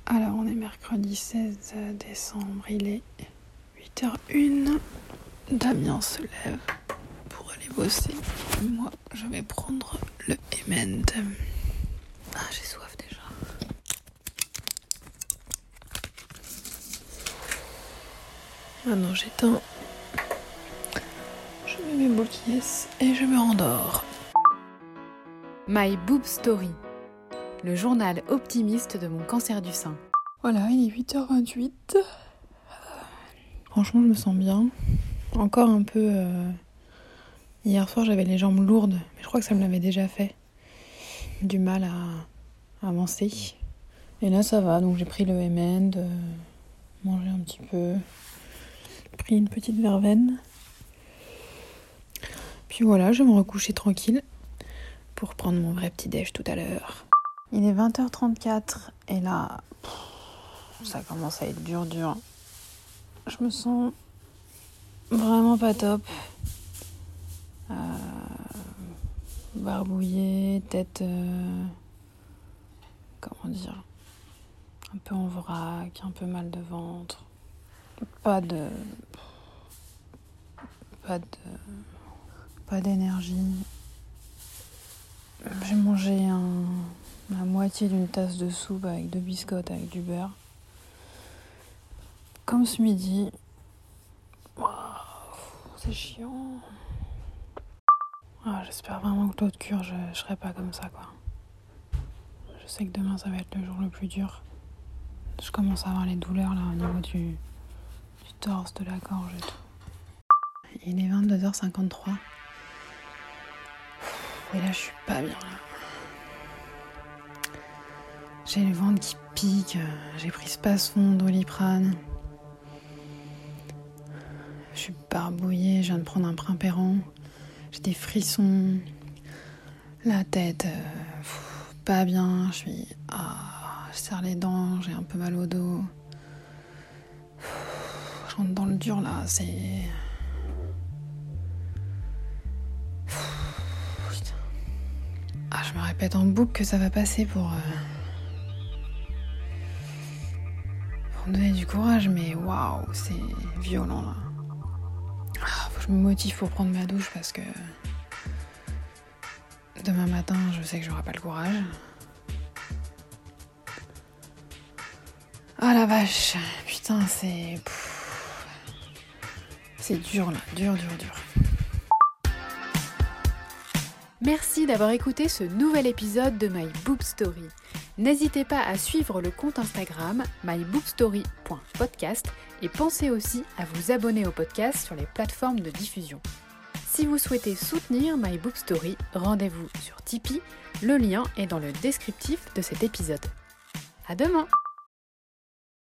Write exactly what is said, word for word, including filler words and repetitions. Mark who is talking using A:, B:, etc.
A: Alors, on est mercredi seize décembre, il est huit heures une. Damien se lève pour aller bosser. Moi, je vais prendre le M and M. Ah, j'ai soif déjà. Maintenant, j'éteins. Je mets mes boules qui yes et je me rendors.
B: My Boob Story, le journal optimiste de mon cancer du sein.
A: Voilà, il est huit heures vingt-huit. Franchement, je me sens bien. Encore un peu... Euh... Hier soir, j'avais les jambes lourdes, mais je crois que ça me l'avait déjà fait. Du mal à, à avancer. Et là, ça va. Donc, j'ai pris le M and, euh, mangé un petit peu, pris une petite verveine. Puis voilà, je vais me recoucher tranquille pour prendre mon vrai petit-déj tout à l'heure. Il est vingt heures trente-quatre et là, pff, ça commence à être dur, dur. Je me sens vraiment pas top. Euh, barbouillée, tête, euh, comment dire, un peu en vrac, un peu mal de ventre. Pas de, pas de, pas d'énergie. J'ai mangé un, la moitié d'une tasse de soupe avec deux biscottes avec du beurre. Comme ce midi. Wow, c'est chiant. Ah, j'espère vraiment que l'autre cure, je, je serai pas comme ça, quoi. Je sais que demain, ça va être le jour le plus dur. Je commence à avoir les douleurs, là, au niveau du, du torse, de la gorge et tout. Il est vingt-deux heures cinquante-trois. Et là, je suis pas bien, là. J'ai le ventre qui pique. J'ai pris Spasfon, Doliprane. Je suis barbouillée, je viens de prendre un Primperan. J'ai des frissons. La tête, euh, pff, pas bien. Je suis... Ah, je serre les dents, j'ai un peu mal au dos. Pff, je rentre dans le dur, là, c'est... Ah, je me répète en boucle que ça va passer pour, euh, pour me donner du courage, mais waouh, c'est violent là. Ah, faut que je me motive pour prendre ma douche parce que demain matin, je sais que j'aurai pas le courage. Ah la vache, putain, c'est... Pff, c'est dur là, dur, dur, dur.
B: Merci d'avoir écouté ce nouvel épisode de My Boob Story. N'hésitez pas à suivre le compte Instagram my boob story point podcast et pensez aussi à vous abonner au podcast sur les plateformes de diffusion. Si vous souhaitez soutenir My Boob Story, rendez-vous sur Tipeee, le lien est dans le descriptif de cet épisode. À demain!